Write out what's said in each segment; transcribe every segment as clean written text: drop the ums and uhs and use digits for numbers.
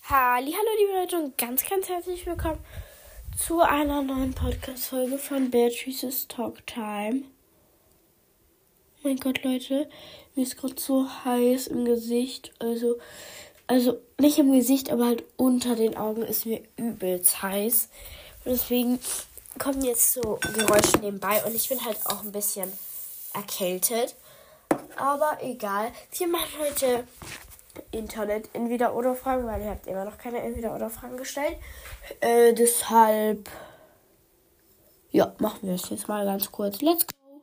Hallo liebe Leute und ganz herzlich willkommen zu einer neuen Podcast-Folge von Beatrice's Talk Time. Oh mein Gott, Leute, mir ist gerade so heiß im Gesicht. Also nicht im Gesicht, aber halt unter den Augen ist mir übelst heiß. Und deswegen kommen jetzt so Geräusche nebenbei und ich bin halt auch ein bisschen erkältet. Aber egal, wir machen heute Internet-Entweder-Oder-Fragen, weil ihr habt immer noch keine Entweder-Oder-Fragen gestellt. Deshalb, ja, machen wir es jetzt mal ganz kurz. Let's go!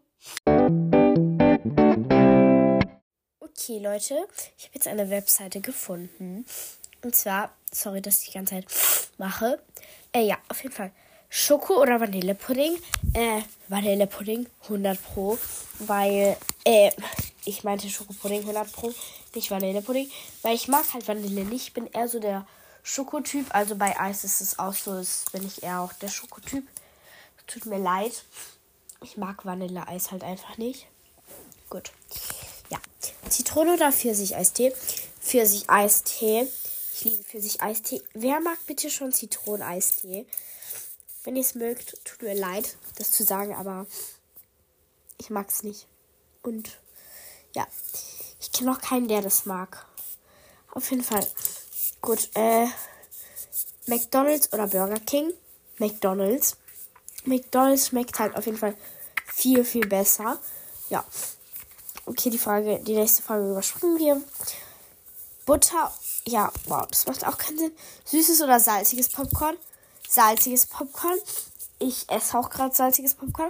Okay, Leute, ich habe jetzt eine Webseite gefunden. Und zwar, sorry, dass ich die ganze Zeit mache. Ja, auf jeden Fall. Schoko oder Vanillepudding? Vanillepudding, 100 Pro. Weil, ich meinte Schokopudding 100 Pro, nicht Vanillepudding. Weil ich mag halt Vanille nicht. Ich bin eher so der Schokotyp. Also bei Eis ist es auch so, bin ich eher auch der Schokotyp. Tut mir leid. Ich mag Vanilleeis halt einfach nicht. Gut. Ja. Zitrone oder Pfirsich-Eistee? Pfirsich-Eistee. Ich liebe Pfirsich-Eistee. Wer mag bitte schon Zitroneneistee? Wenn ihr es mögt, tut mir leid, das zu sagen, aber ich mag es nicht. Und ja, ich kenne auch keinen, der das mag. Auf jeden Fall. Gut, McDonald's oder Burger King? McDonald's. McDonald's schmeckt halt auf jeden Fall viel besser. Ja. Okay, die nächste Frage überspringen wir. Butter, ja, wow, das macht auch keinen Sinn. Süßes oder salziges Popcorn? Salziges Popcorn. Ich esse auch gerade salziges Popcorn.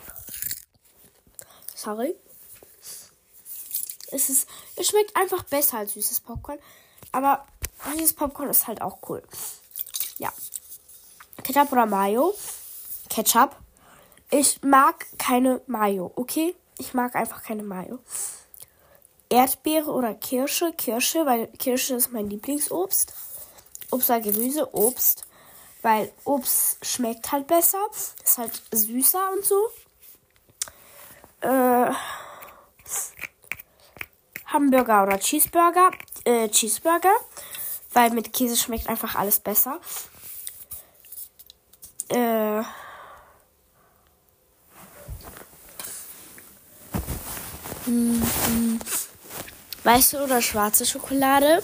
Sorry. Es schmeckt einfach besser als süßes Popcorn. Aber süßes Popcorn ist halt auch cool. Ja. Ketchup oder Mayo? Ketchup. Ich mag keine Mayo, okay? Ich mag einfach keine Mayo. Erdbeere oder Kirsche? Kirsche, weil Kirsche ist mein Lieblingsobst. Obst oder Gemüse? Obst. Weil Obst schmeckt halt besser. Ist halt süßer und so. Hamburger oder Cheeseburger? Cheeseburger. Weil mit Käse schmeckt einfach alles besser. Weiße oder schwarze Schokolade?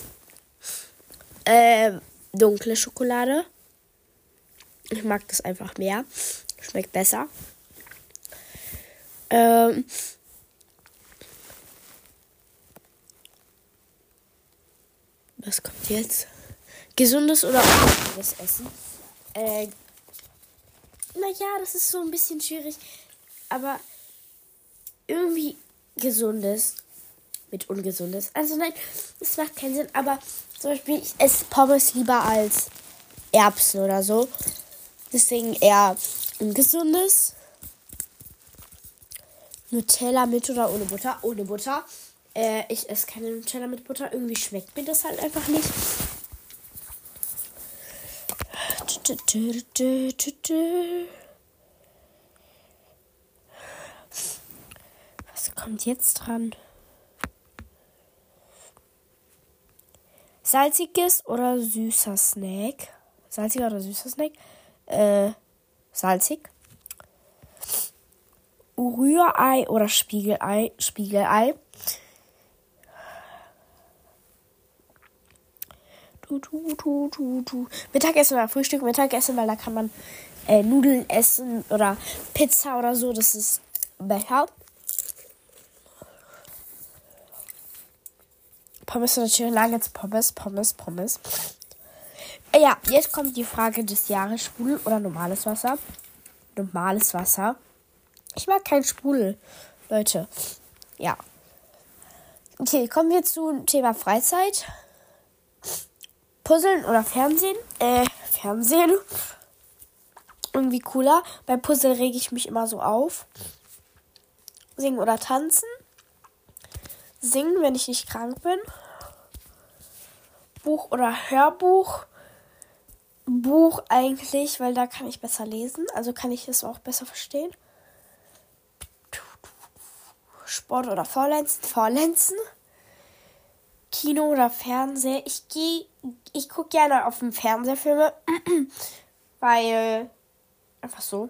Dunkle Schokolade. Ich mag das einfach mehr. Schmeckt besser. Was kommt jetzt? Gesundes oder ungesundes Essen? Naja, das ist so ein bisschen schwierig. Aber irgendwie Gesundes mit Ungesundes. Also nein, das macht keinen Sinn. Aber zum Beispiel, ich esse Pommes lieber als Erbsen oder so. Deswegen eher Ungesundes. Nutella mit oder ohne Butter? Ohne Butter. Ich esse keine Nutella mit Butter. Irgendwie schmeckt mir das halt einfach nicht. Was kommt jetzt dran? Salziges oder süßer Snack? Salziger oder süßer Snack? Salzig. Rührei oder Spiegelei? Spiegelei. Mittagessen oder Frühstück? Mittagessen, weil da kann man Nudeln essen oder Pizza oder so. Das ist besser. Pommes oder Chicken Nuggets? Pommes. Ja, jetzt kommt die Frage des Jahres. Sprudel oder normales Wasser? Normales Wasser. Ich mag kein Sprudel, Leute. Ja. Okay, kommen wir zum Thema Freizeit. Puzzeln oder Fernsehen? Fernsehen. Irgendwie cooler. Bei Puzzle rege ich mich immer so auf. Singen oder tanzen? Singen, wenn ich nicht krank bin. Buch oder Hörbuch? Buch eigentlich, weil da kann ich besser lesen. Also kann ich es auch besser verstehen. Sport oder Vorlenzen? Kino oder Fernseher. Ich gucke gerne auf dem Fernseher Filme, weil einfach so.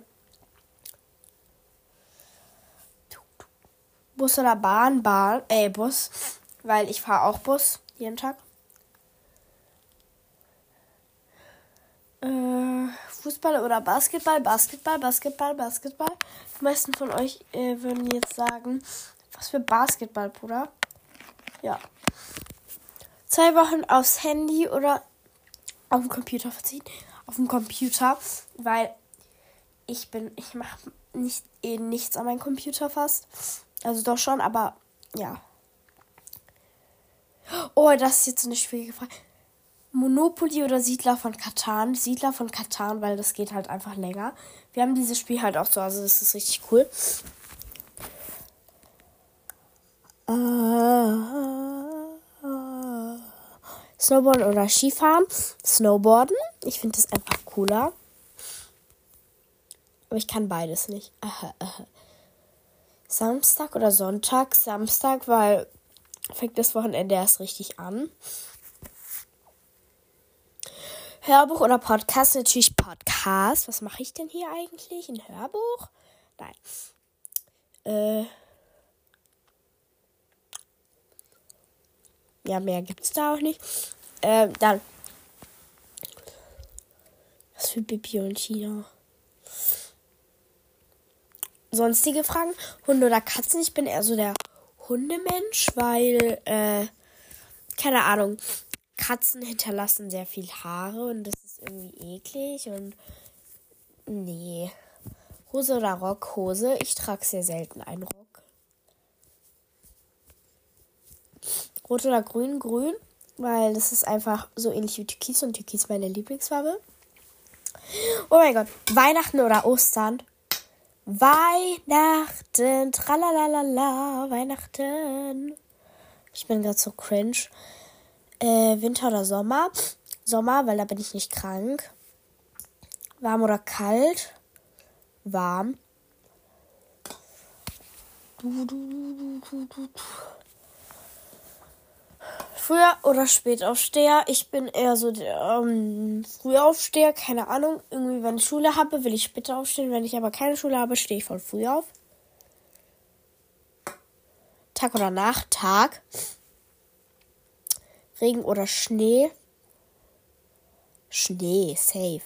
Bus oder Bahn, Bus, weil ich fahre auch Bus jeden Tag. Fußball oder Basketball, Basketball. Die meisten von euch würden jetzt sagen, was für Basketball, Bruder. Ja. 2 Wochen aufs Handy oder auf dem Computer verziehen. Auf dem Computer, weil ich mache nichts an meinem Computer fast. Also doch schon, aber ja. Oh, das ist jetzt eine schwierige Frage. Monopoly oder Siedler von Catan? Siedler von Catan, weil das geht halt einfach länger. Wir haben dieses Spiel halt auch so, also das ist richtig cool. Snowboarden oder Skifahren? Snowboarden. Ich finde das einfach cooler. Aber ich kann beides nicht. Samstag oder Sonntag? Samstag, weil fängt das Wochenende erst richtig an. Hörbuch oder Podcast? Natürlich Podcast. Was mache ich denn hier eigentlich? Ein Hörbuch? Nein. Ja, mehr gibt's da auch nicht. Dann. Was für Bibi und Tina? Sonstige Fragen? Hunde oder Katzen? Ich bin eher so der Hundemensch, weil, keine Ahnung, Katzen hinterlassen sehr viel Haare und das ist irgendwie eklig und nee. Hose oder Rock? Hose. Ich trage sehr selten einen Rock. Rot oder grün? Grün, weil das ist einfach so ähnlich wie Türkis und Türkis ist meine Lieblingsfarbe. Oh mein Gott. Weihnachten oder Ostern? Weihnachten, tralalala, Weihnachten. Ich bin gerade so cringe. Winter oder Sommer? Sommer, weil da bin ich nicht krank. Warm oder kalt? Warm. Früher oder Spätaufsteher? Ich bin eher so der Frühaufsteher, keine Ahnung. Irgendwie, wenn ich Schule habe, will ich später aufstehen. Wenn ich aber keine Schule habe, stehe ich voll früh auf. Tag oder Nacht? Tag. Regen oder Schnee? Schnee, safe.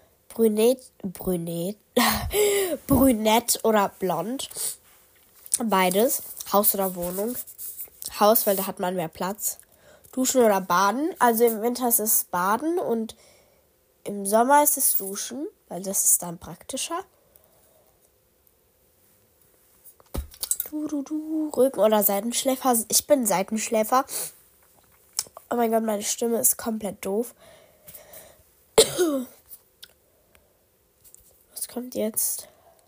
Brünett oder blond? Beides. Haus oder Wohnung? Haus, weil da hat man mehr Platz. Duschen oder Baden? Also im Winter ist es Baden und im Sommer ist es Duschen, weil das ist dann praktischer. Rücken oder Seitenschläfer? Ich bin Seitenschläfer. Oh mein Gott, meine Stimme ist komplett doof. Was kommt jetzt?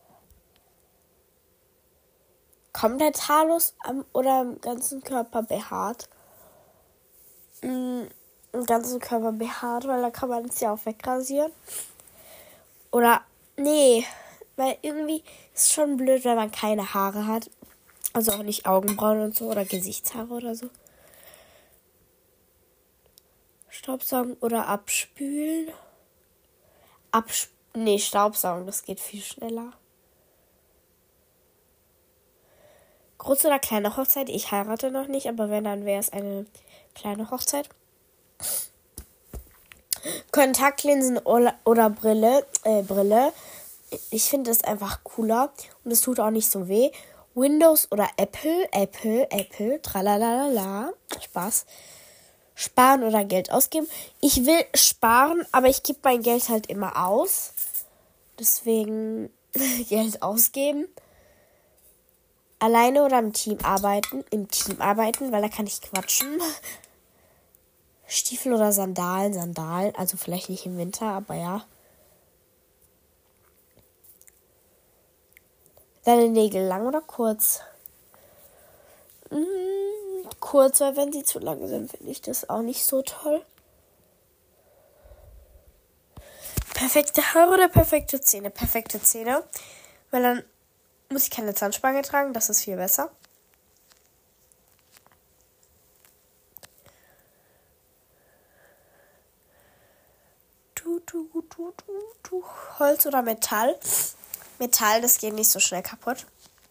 Komplett haarlos oder im ganzen Körper behaart? Im ganzen Körper behaart, weil da kann man es ja auch wegrasieren. Oder, nee, weil irgendwie ist es schon blöd, wenn man keine Haare hat. Also auch nicht Augenbrauen und so oder Gesichtshaare oder so. Staubsaugen oder abspülen? Staubsaugen, das geht viel schneller. Große oder kleine Hochzeit? Ich heirate noch nicht, aber wenn, dann wäre es eine kleine Hochzeit. Kontaktlinsen oder Brille. Ich finde es einfach cooler und es tut auch nicht so weh. Windows oder Apple, tralalala. Spaß. Sparen oder Geld ausgeben. Ich will sparen, aber ich gebe mein Geld halt immer aus. Deswegen Geld ausgeben. Alleine oder im Team arbeiten? Im Team arbeiten, weil da kann ich quatschen. Stiefel oder Sandalen? Sandalen. Also vielleicht nicht im Winter, aber ja. Deine Nägel lang oder kurz? Kurz, weil wenn sie zu lang sind, finde ich das auch nicht so toll. Perfekte Haare oder perfekte Zähne? Perfekte Zähne, weil dann muss ich keine Zahnspange tragen, das ist viel besser. Holz oder Metall? Metall, das geht nicht so schnell kaputt.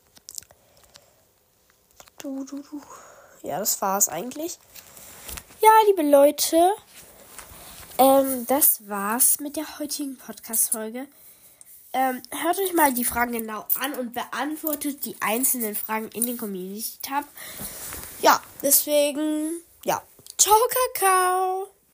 Ja, das war's eigentlich. Ja, liebe Leute, das war's mit der heutigen Podcast-Folge. Hört euch mal die Fragen genau an und beantwortet die einzelnen Fragen in den Community-Tab. Ja, deswegen, ja. Ciao, Kakao!